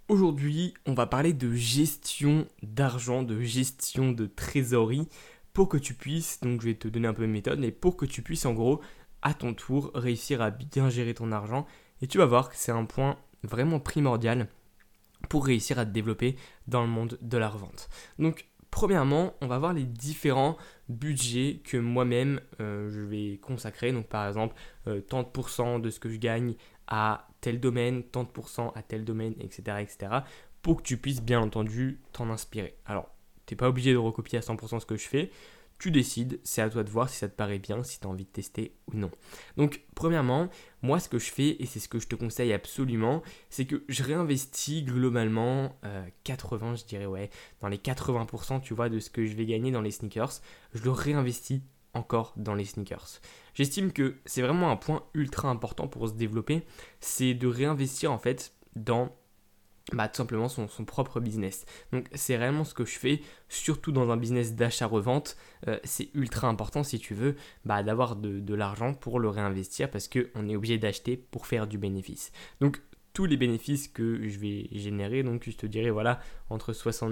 Aujourd'hui, on va parler de gestion d'argent, de gestion de trésorerie pour que tu puisses, donc je vais te donner un peu une méthode, mais pour que tu puisses en gros, à ton tour, réussir à bien gérer ton argent. Et tu vas voir que c'est un point vraiment primordial pour réussir à te développer dans le monde de la revente. Donc, premièrement, on va voir les différents budgets que moi-même je vais consacrer. Donc, par exemple, 30% de ce que je gagne à tel domaine, 30% à tel domaine, etc., etc., pour que tu puisses bien entendu t'en inspirer. Alors, tu n'es pas obligé de recopier à 100% ce que je fais. Tu décides, c'est à toi de voir si ça te paraît bien, si tu as envie de tester ou non. Donc, premièrement, moi, ce que je fais, et c'est ce que je te conseille absolument, c'est que je réinvestis globalement 80, je dirais, ouais, dans les 80%, tu vois, de ce que je vais gagner dans les sneakers, je le réinvestis encore dans les sneakers. J'estime que c'est vraiment un point ultra important pour se développer, c'est de réinvestir en fait dans tout simplement son propre business. Donc c'est réellement ce que je fais, surtout dans un business d'achat-revente. C'est ultra important si tu veux d'avoir de l'argent pour le réinvestir parce qu'on est obligé d'acheter pour faire du bénéfice. Donc tous les bénéfices que je vais générer, donc je te dirais voilà, entre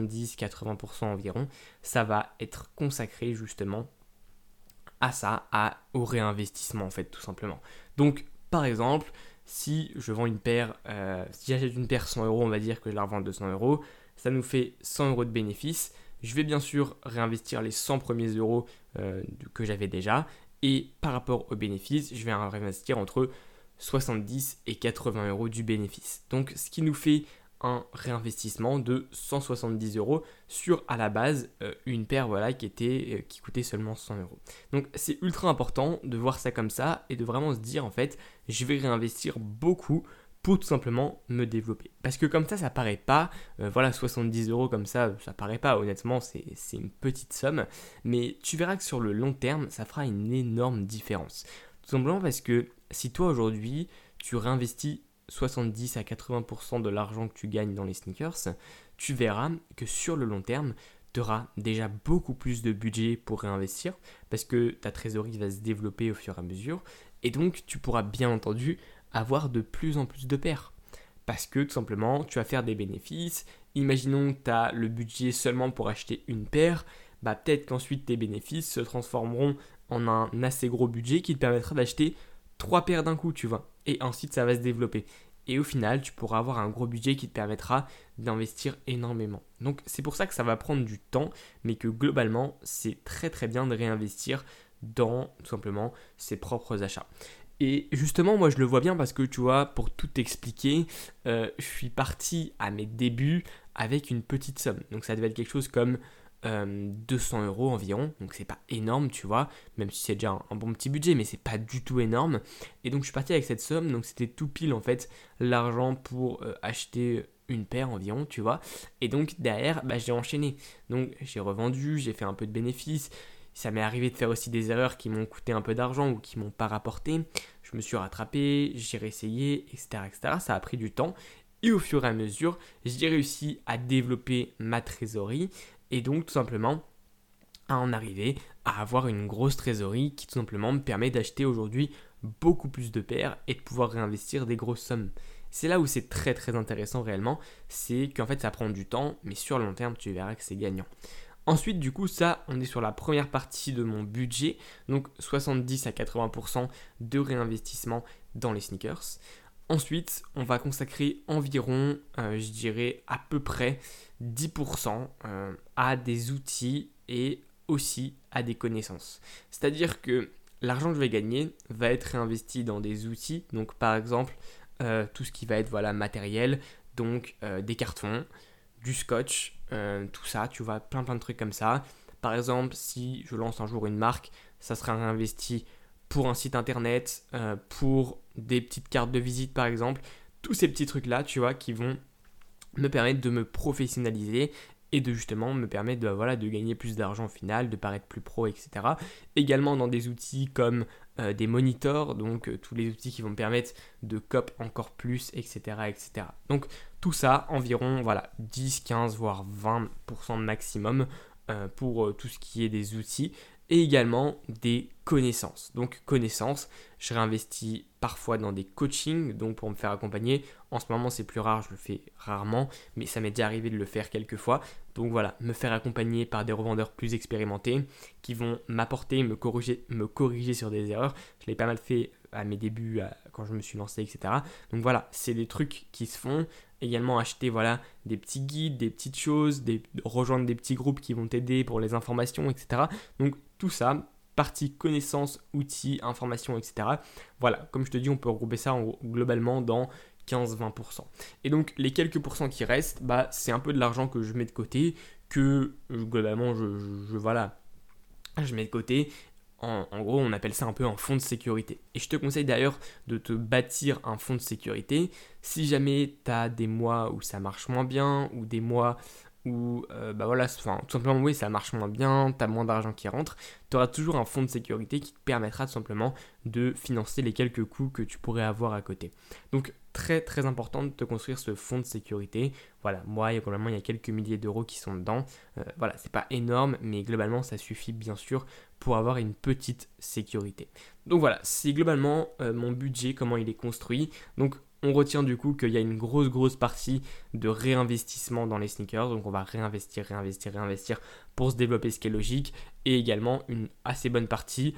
70-80% environ, ça va être consacré justement à ça, au réinvestissement en fait tout simplement. Donc par exemple, si je vends une paire, si j'achète une paire 100 euros, on va dire que je la revends 200 euros, ça nous fait 100 euros de bénéfice. Je vais bien sûr réinvestir les 100 premiers euros que j'avais déjà. Et par rapport au bénéfice, je vais réinvestir entre 70 et 80 euros du bénéfice. Donc ce qui nous fait un réinvestissement de 170 euros sur à la base une paire voilà, qui coûtait seulement 100 euros. Donc c'est ultra important de voir ça comme ça et de vraiment se dire en fait je vais réinvestir beaucoup pour tout simplement me développer. Parce que comme ça paraît pas, voilà 70 euros comme ça paraît pas, honnêtement c'est une petite somme, mais tu verras que sur le long terme ça fera une énorme différence. Tout simplement parce que si toi aujourd'hui tu réinvestis 70 à 80% de l'argent que tu gagnes dans les sneakers, tu verras que sur le long terme, tu auras déjà beaucoup plus de budget pour réinvestir parce que ta trésorerie va se développer au fur et à mesure et donc tu pourras bien entendu avoir de plus en plus de paires parce que tout simplement tu vas faire des bénéfices. Imaginons que tu as le budget seulement pour acheter une paire, peut-être qu'ensuite tes bénéfices se transformeront en un assez gros budget qui te permettra d'acheter 3 paires d'un coup, tu vois. Et ensuite, ça va se développer. Et au final, tu pourras avoir un gros budget qui te permettra d'investir énormément. Donc, c'est pour ça que ça va prendre du temps, mais que globalement, c'est très très bien de réinvestir dans tout simplement ses propres achats. Et justement, moi je le vois bien parce que tu vois, pour tout expliquer, je suis parti à mes débuts avec une petite somme. Donc ça devait être quelque chose comme 200 euros environ, donc c'est pas énorme, tu vois, même si c'est déjà un bon petit budget, mais c'est pas du tout énorme. Et donc je suis parti avec cette somme, donc c'était tout pile en fait l'argent pour acheter une paire environ, tu vois. Et donc derrière, j'ai enchaîné. Donc j'ai revendu, j'ai fait un peu de bénéfices. Ça m'est arrivé de faire aussi des erreurs qui m'ont coûté un peu d'argent ou qui m'ont pas rapporté. Je me suis rattrapé, j'ai réessayé, etc., etc. Ça a pris du temps. Et au fur et à mesure, j'ai réussi à développer ma trésorerie et donc tout simplement à en arriver à avoir une grosse trésorerie qui tout simplement me permet d'acheter aujourd'hui beaucoup plus de paires et de pouvoir réinvestir des grosses sommes. C'est là où c'est très très intéressant réellement, c'est qu'en fait ça prend du temps, mais sur le long terme tu verras que c'est gagnant. Ensuite, du coup, ça, on est sur la première partie de mon budget, donc 70 à 80% de réinvestissement dans les sneakers. Ensuite, on va consacrer environ, je dirais à peu près 10% à des outils et aussi à des connaissances. C'est-à-dire que l'argent que je vais gagner va être réinvesti dans des outils, donc par exemple tout ce qui va être voilà, matériel, donc des cartons, du scotch, tout ça, tu vois, plein de trucs comme ça. Par exemple, si je lance un jour une marque, ça sera réinvesti pour un site internet, pour des petites cartes de visite par exemple. Tous ces petits trucs-là, tu vois, qui vont me permettre de me professionnaliser et de justement me permettre de gagner plus d'argent au final, de paraître plus pro, etc. Également dans des outils comme des monitors, donc tous les outils qui vont me permettre de cop encore plus, etc. etc. Donc tout ça, environ 10, 15, voire 20% maximum pour tout ce qui est des outils. et également des connaissances. Donc connaissances, je réinvestis parfois dans des coachings, donc pour me faire accompagner. En ce moment c'est plus rare, je le fais rarement, mais ça m'est déjà arrivé de le faire quelques fois. Donc voilà, me faire accompagner par des revendeurs plus expérimentés qui vont m'apporter, me corriger sur des erreurs. Je l'ai pas mal fait à mes débuts, quand je me suis lancé, etc. Donc voilà, c'est des trucs qui se font. Également acheter des petits guides, des petites choses, rejoindre des petits groupes qui vont t'aider pour les informations, etc. Donc tout ça, partie connaissances, outils, informations, etc. Voilà, comme je te dis, on peut regrouper ça globalement dans 15-20%. Et donc les quelques pourcents qui restent, c'est un peu de l'argent que je mets de côté, que globalement je mets de côté. En gros, on appelle ça un peu un fonds de sécurité. Et je te conseille d'ailleurs de te bâtir un fonds de sécurité. Si jamais tu as des mois où ça marche moins bien, ou des mois où tout simplement oui, ça marche moins bien, tu as moins d'argent qui rentre, tu auras toujours un fonds de sécurité qui te permettra tout simplement de financer les quelques coûts que tu pourrais avoir à côté. Donc très très important de te construire ce fonds de sécurité. Voilà, moi globalement il y a quelques milliers d'euros qui sont dedans. C'est pas énorme, mais globalement ça suffit bien sûr pour avoir une petite sécurité. Donc voilà, c'est globalement mon budget, comment il est construit. Donc on retient du coup qu'il y a une grosse partie de réinvestissement dans les sneakers. Donc on va réinvestir pour se développer, ce qui est logique. Et également une assez bonne partie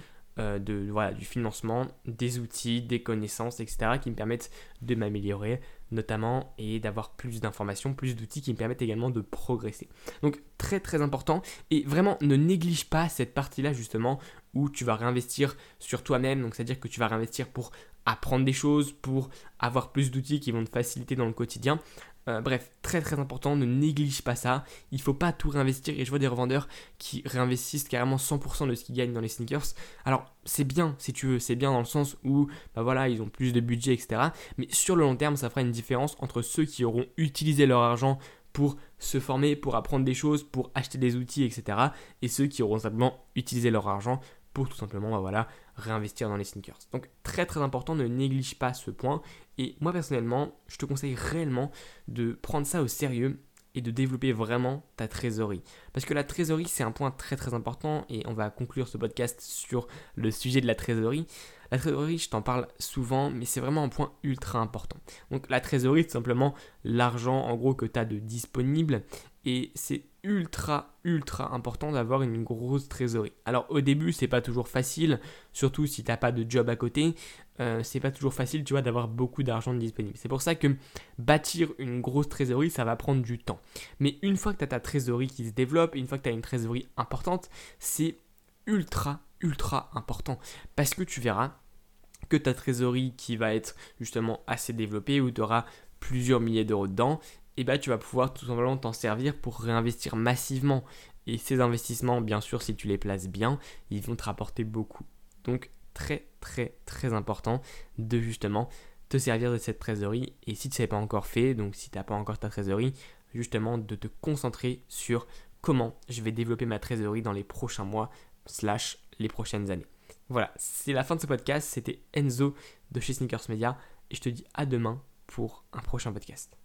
du financement, des outils, des connaissances, etc. qui me permettent de m'améliorer notamment et d'avoir plus d'informations, plus d'outils qui me permettent également de progresser. Donc très très important, et vraiment ne néglige pas cette partie-là justement où tu vas réinvestir sur toi-même. Donc c'est-à-dire que tu vas réinvestir pour apprendre des choses, pour avoir plus d'outils qui vont te faciliter dans le quotidien. Bref, très très important, ne néglige pas ça. Il ne faut pas tout réinvestir, et je vois des revendeurs qui réinvestissent carrément 100% de ce qu'ils gagnent dans les sneakers. Alors c'est bien si tu veux, c'est bien dans le sens où ils ont plus de budget, etc. Mais sur le long terme, ça fera une différence entre ceux qui auront utilisé leur argent pour se former, pour apprendre des choses, pour acheter des outils, etc. et ceux qui auront simplement utilisé leur argent pour tout simplement réinvestir dans les sneakers. Donc très très important, ne néglige pas ce point. Et moi personnellement, je te conseille réellement de prendre ça au sérieux et de développer vraiment ta trésorerie. Parce que la trésorerie, c'est un point très très important, et on va conclure ce podcast sur le sujet de la trésorerie. La trésorerie, je t'en parle souvent, mais c'est vraiment un point ultra important. Donc la trésorerie, c'est simplement l'argent en gros que tu as de disponible, et c'est ultra important d'avoir une grosse trésorerie. Alors au début, c'est pas toujours facile, surtout si tu n'as pas de job à côté. C'est pas toujours facile, tu vois, d'avoir beaucoup d'argent disponible. C'est pour ça que bâtir une grosse trésorerie, ça va prendre du temps. Mais une fois que tu as ta trésorerie qui se développe, une fois que tu as une trésorerie importante, c'est ultra important. Parce que tu verras que ta trésorerie qui va être justement assez développée, où tu auras plusieurs milliers d'euros dedans, et tu vas pouvoir tout simplement t'en servir pour réinvestir massivement. Et ces investissements, bien sûr, si tu les places bien, ils vont te rapporter beaucoup. Donc très important de justement te servir de cette trésorerie. Et si tu ne l'as pas encore fait, donc si tu n'as pas encore ta trésorerie, justement de te concentrer sur comment je vais développer ma trésorerie dans les prochains mois / les prochaines années. Voilà, c'est la fin de ce podcast. C'était Enzo de chez Sneakers Media, et je te dis à demain pour un prochain podcast.